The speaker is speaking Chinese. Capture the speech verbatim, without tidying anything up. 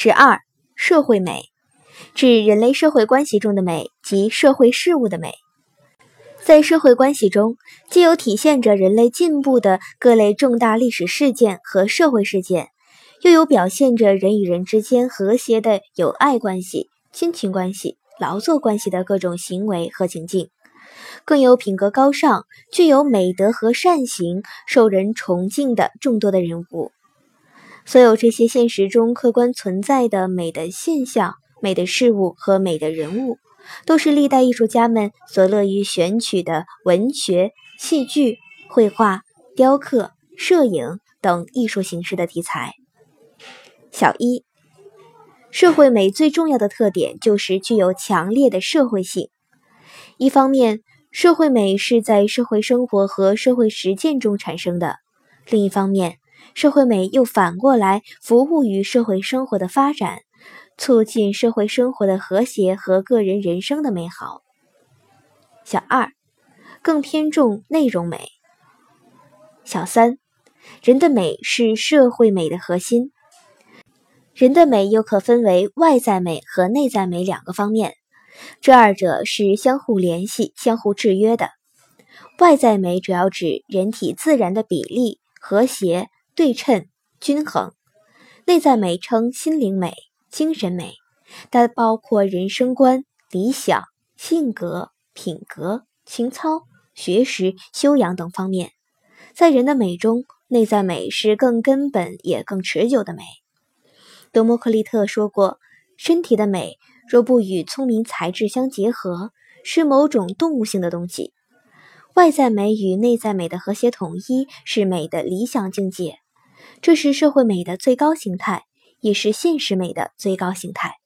十二、社会美，指人类社会关系中的美及社会事物的美。在社会关系中，既有体现着人类进步的各类重大历史事件和社会事件，又有表现着人与人之间和谐的友爱关系、亲情关系、劳作关系的各种行为和情境，更有品格高尚、具有美德和善行、受人崇敬的众多的人物。所有这些现实中客观存在的美的现象、美的事物和美的人物，都是历代艺术家们所乐于选取的文学、戏剧、绘画、雕刻、摄影等艺术形式的题材。小一，社会美最重要的特点就是具有强烈的社会性。一方面，社会美是在社会生活和社会实践中产生的；另一方面，社会美又反过来服务于社会生活的发展，促进社会生活的和谐和个人人生的美好。小二，更偏重内容美。小三，人的美是社会美的核心。人的美又可分为外在美和内在美两个方面，这二者是相互联系、相互制约的。外在美主要指人体自然的比例、和谐、对称、均衡；内在美称心灵美、精神美，它包括人生观、理想、性格、品格、情操、学识、修养等方面。在人的美中，内在美是更根本也更持久的美。德谟克利特说过，身体的美若不与聪明才智相结合，是某种动物性的东西。外在美与内在美的和谐统一是美的理想境界，这是社会美的最高形态，也是现实美的最高形态。